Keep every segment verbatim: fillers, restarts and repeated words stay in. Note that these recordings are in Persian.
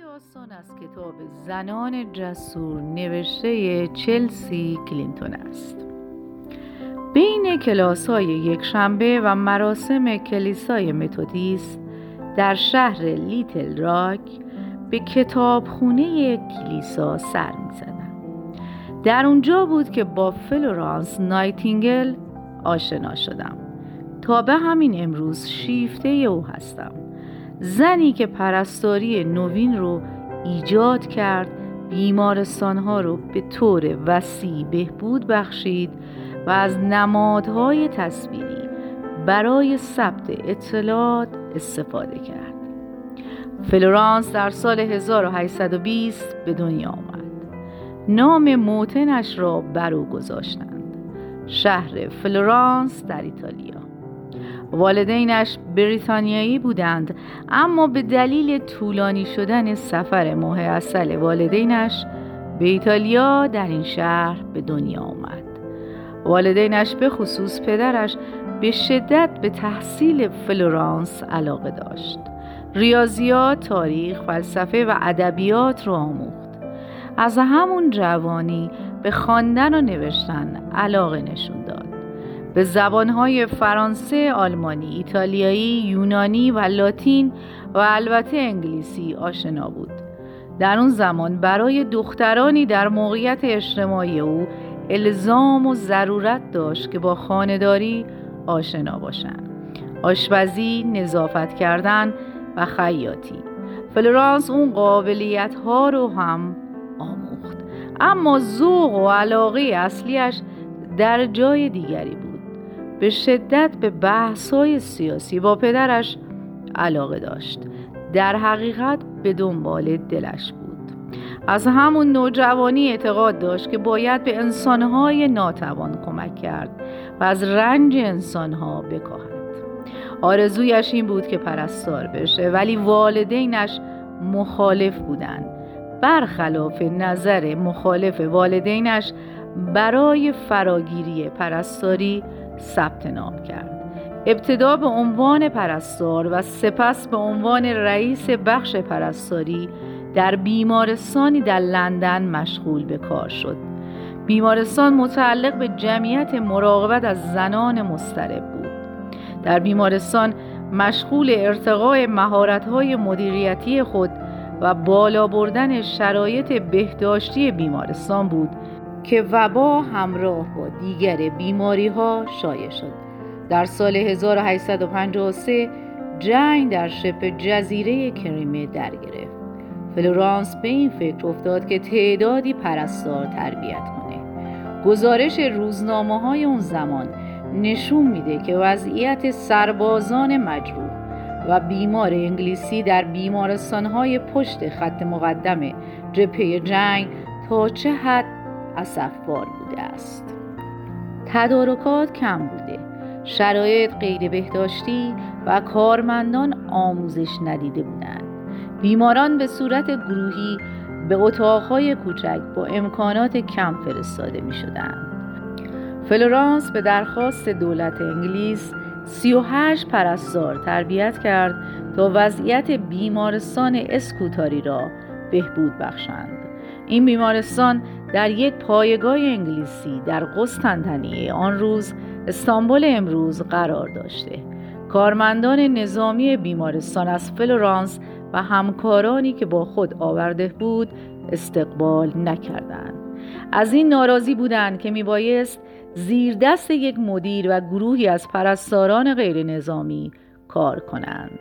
داستان از کتاب زنان جسور نوشته چلسی کلینتون است. بین کلاس‌های یکشنبه و مراسم کلیسای متودیست در شهر لیتل راک به کتابخونه کلیسا سر می‌زدم. در اونجا بود که با فلورانس نایتینگل آشنا شدم. تا به همین امروز شیفته او هستم. زنی که پرستاری نوین رو ایجاد کرد، بیمارستانها رو به طور وسیع بهبود بخشید و از نمادهای تصویری برای ثبت اطلاعات استفاده کرد. فلورانس در سال هزار و هشتصد و بیست به دنیا آمد. نام موطنش را بر او گذاشتند، شهر فلورانس در ایتالیا. والدینش بریتانیایی بودند، اما به دلیل طولانی شدن سفر ماه عسل والدینش به ایتالیا در این شهر به دنیا آمد. والدینش به خصوص پدرش به شدت به تحصیل فلورانس علاقه داشت. ریاضیات، تاریخ، فلسفه و ادبیات را آموخت. از همون جوانی به خواندن و نوشتن علاقه نشون داد. به زبانهای فرانسه، آلمانی، ایتالیایی، یونانی و لاتین و البته انگلیسی آشنا بود. در اون زمان برای دخترانی در موقعیت اجتماعی او الزام و ضرورت داشت که با خانه‌داری آشنا باشند. آشپزی، نظافت کردن و خیاطی. فلورانس اون قابلیت‌ها رو هم آموخت، اما ذوق و علاقه اصلیش در جای دیگری بود. به شدت به بحث‌های سیاسی با پدرش علاقه داشت. در حقیقت به دنبال دلش بود. از همون نوجوانی اعتقاد داشت که باید به انسان‌های ناتوان کمک کرد و از رنج انسان‌ها بکاهد. آرزویش این بود که پرستار بشه، ولی والدینش مخالف بودند. برخلاف نظر مخالف والدینش برای فراگیری پرستاری ثبت نام کرد. ابتدا به عنوان پرستار و سپس به عنوان رئیس بخش پرستاری در بیمارستانی در لندن مشغول به کار شد. بیمارستان متعلق به جمعیت مراقبت از زنان مضطرب بود. در بیمارستان مشغول ارتقاء مهارت‌های مدیریتی خود و بالا بردن شرایط بهداشتی بیمارستان بود که وبا همراه با دیگر بیماری‌ها شایع شد. در سال هزار و هشتصد و پنجاه و سه جنگ در شبه جزیره کریمه در گرفت. فلورانس به این فکر افتاد که تعدادی پرستار تربیت کنه. گزارش روزنامه‌های اون زمان نشون میده که وضعیت سربازان مجروح و بیمار انگلیسی در بیمارستان‌های پشت خط مقدم جبهه جنگ تا چه حد اسفبار بوده است. تدارکات کم بوده، شرایط غیر بهداشتی و کارمندان آموزش ندیده بودند. بیماران به صورت گروهی به اتاقهای کوچک با امکانات کم فرستاده می شدند. فلورانس به درخواست دولت انگلیس سی و هشت پرستار تربیت کرد تا وضعیت بیمارستان اسکوتاری را بهبود بخشند. این بیمارستان در یک پایگاه انگلیسی در قسطنطنیه، آن روز استانبول امروز، قرار داشته. کارمندان نظامی بیمارستان از فلورانس و همکارانی که با خود آورده بود استقبال نکردند. از این ناراضی بودند که میبایست زیر دست یک مدیر و گروهی از پرستاران غیر نظامی کار کنند.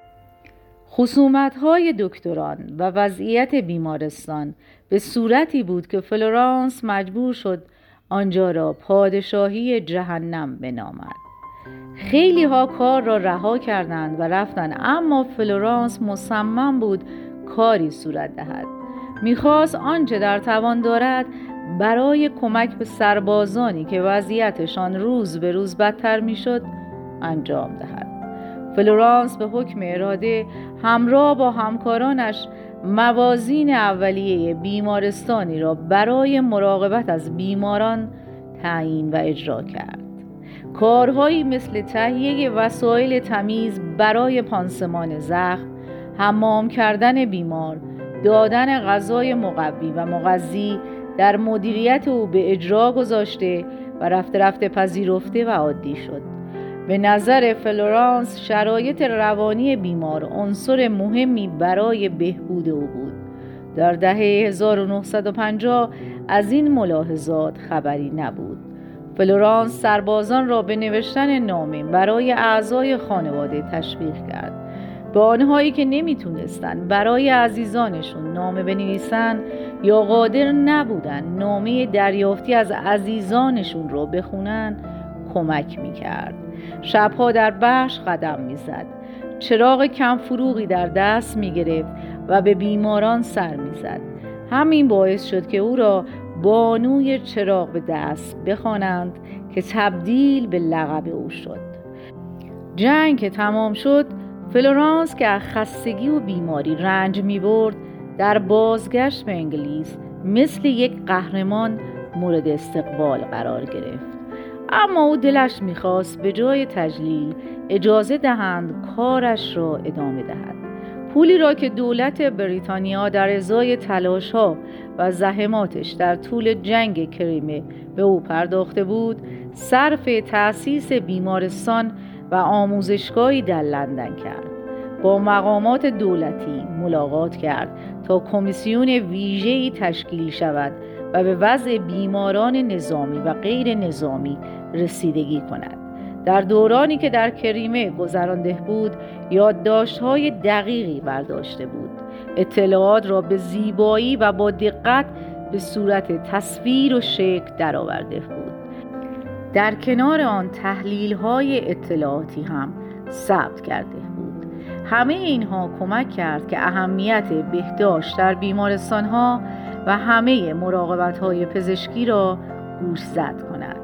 خصومت‌های دکتران و وضعیت بیمارستان به صورتی بود که فلورانس مجبور شد آنجا را پادشاهی جهنم بنامد. خیلی ها کار را رها کردند و رفتند، اما فلورانس مصمم بود کاری صورت دهد. می‌خواست آنچه در توان دارد برای کمک به سربازانی که وضعیتشان روز به روز بدتر می‌شد انجام دهد. فلورانس به حکم اراده همراه با همکارانش موازین اولیه بیمارستانی را برای مراقبت از بیماران تعیین و اجرا کرد. کارهایی مثل تهیه وسایل تمیز برای پانسمان زخم، حمام کردن بیمار، دادن غذای مقوی و مغذی در مدیریت او به اجرا گذاشته و رفته رفته پذیرفته و عادی شد. به نظر فلورانس شرایط روانی بیمار عنصر مهمی برای بهبود او بود. در دهه هزار و نهصد و پنجاه از این ملاحظات خبری نبود. فلورانس سربازان را به نوشتن نامه برای اعضای خانواده تشویق کرد. به آنهایی که نمیتونستن برای عزیزانشون نامه بنویسن یا قادر نبودن نامه دریافتی از عزیزانشون رو بخونن کمک میکرد. شبها در بخش قدم میزد، چراغ کم فروغی در دست میگرفت و به بیماران سر میزد. همین باعث شد که او را بانوی چراغ به دست بخوانند که تبدیل به لقب او شد. جنگ که تمام شد، فلورانس که از خستگی و بیماری رنج می برد در بازگشت به انگلیس مثل یک قهرمان مورد استقبال قرار گرفت. اما او دلش می‌خواست به جای تجلیل اجازه دهند کارش را ادامه دهد. پولی را که دولت بریتانیا در ازای تلاش‌ها و زحماتش در طول جنگ کریمه به او پرداخته بود، صرف تأسیس بیمارستان و آموزشگاهی در لندن کرد. با مقامات دولتی ملاقات کرد تا کمیسیون ویژه‌ای تشکیل شود و به وضع بیماران نظامی و غیر نظامی رسیدگی کند. در دورانی که در کریمه گذرانده بود، یادداشت‌های دقیقی برداشته بود. اطلاعات را به زیبایی و با دقت به صورت تصویر و شکل درآورده بود. در کنار آن تحلیل‌های اطلاعاتی هم ثبت کرده بود. همه اینها کمک کرد که اهمیت بهداشت در بیمارستان‌ها و همه مراقبت‌های پزشکی را گوشزد کند.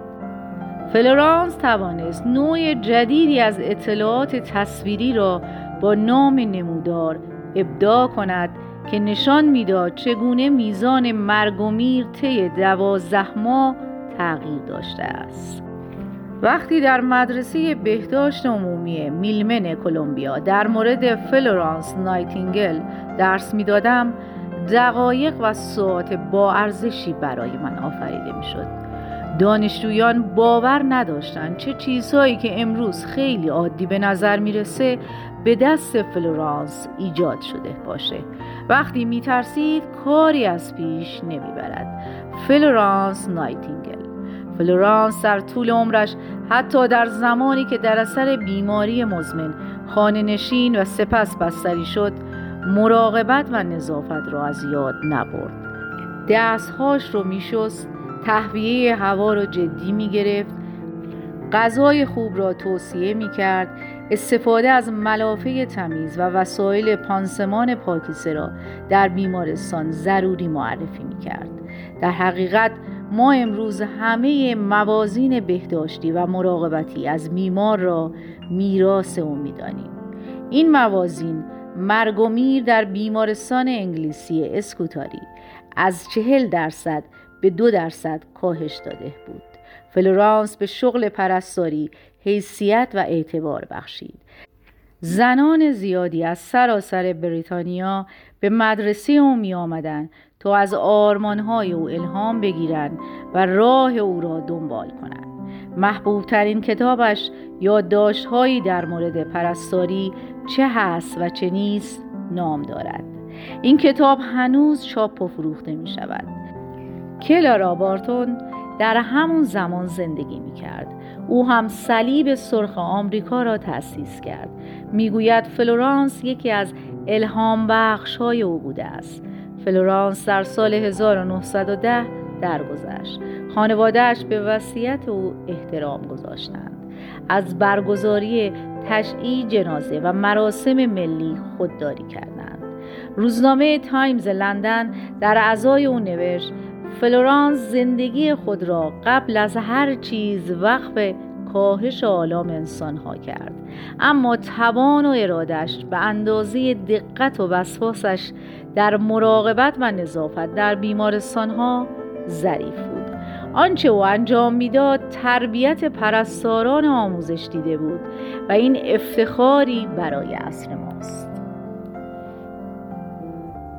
فلورانس توانست نوع جدیدی از اطلاعات تصویری را با نام نمودار ابداع کند که نشان می‌داد چگونه میزان مرگ و میر طی دوازده ماه تغییر داشته است. وقتی در مدرسه بهداشت عمومی میلمن کلمبیا در مورد فلورانس نایتینگل درس می‌دادم، دقایق و ساعات با ارزشی برای من آفریده می‌شد. دانشجویان باور نداشتند چه چیزهایی که امروز خیلی عادی به نظر میرسه به دست فلورانس ایجاد شده باشه. وقتی میترسید کاری از پیش نمیبرد. فلورانس نایتینگل. فلورانس در طول عمرش حتی در زمانی که در اثر بیماری مزمن خانه نشین و سپس بستری شد، مراقبت و نظافت را از یاد نبرد. دستهاش رو میشست، تهویه هوا را جدی می گرفت، غذای خوب را توصیه می کرد، استفاده از ملافه تمیز و وسایل پانسمان پاکیزه را در بیمارستان ضروری معرفی می کرد. در حقیقت ما امروز همه موازین بهداشتی و مراقبتی از بیمار را میراث او می دانیم. این موازین مرگ و میر در بیمارستان انگلیسی اسکوتاری از چهل درصد به دو درصد کاهش داده بود. فلورانس به شغل پرستاری حیثیت و اعتبار بخشید. زنان زیادی از سراسر بریتانیا به مدرسه او می آمدند تا از آرمانهای او الهام بگیرند و راه او را دنبال کنند. محبوب ترین کتابش یادداشت‌هایی در مورد پرستاری چه هست و چه نیست نام دارد. این کتاب هنوز چاپ و فروخته می شود. کلارا بارتون در همون زمان زندگی می کرد. او هم صلیب سرخ آمریکا را تأسیس کرد. می گوید فلورانس یکی از الهام بخش های او بوده است. فلورانس در سال هزار و نهصد و ده درگذشت. خانواده‌اش به وصیت او احترام گذاشتند. از برگزاری تشییع جنازه و مراسم ملی خودداری کردند. روزنامه تایمز لندن در عزای او نوشت: فلورانس زندگی خود را قبل از هر چیز وقف کاهش آلام انسانها کرد، اما توان و ارادش به اندازه دقت و وسواسش در مراقبت و نظافت در بیمارستانها ظریف بود. آنچه او انجام میداد تربیت پرستاران آموزش دیده بود و این افتخاری برای عصر ماست.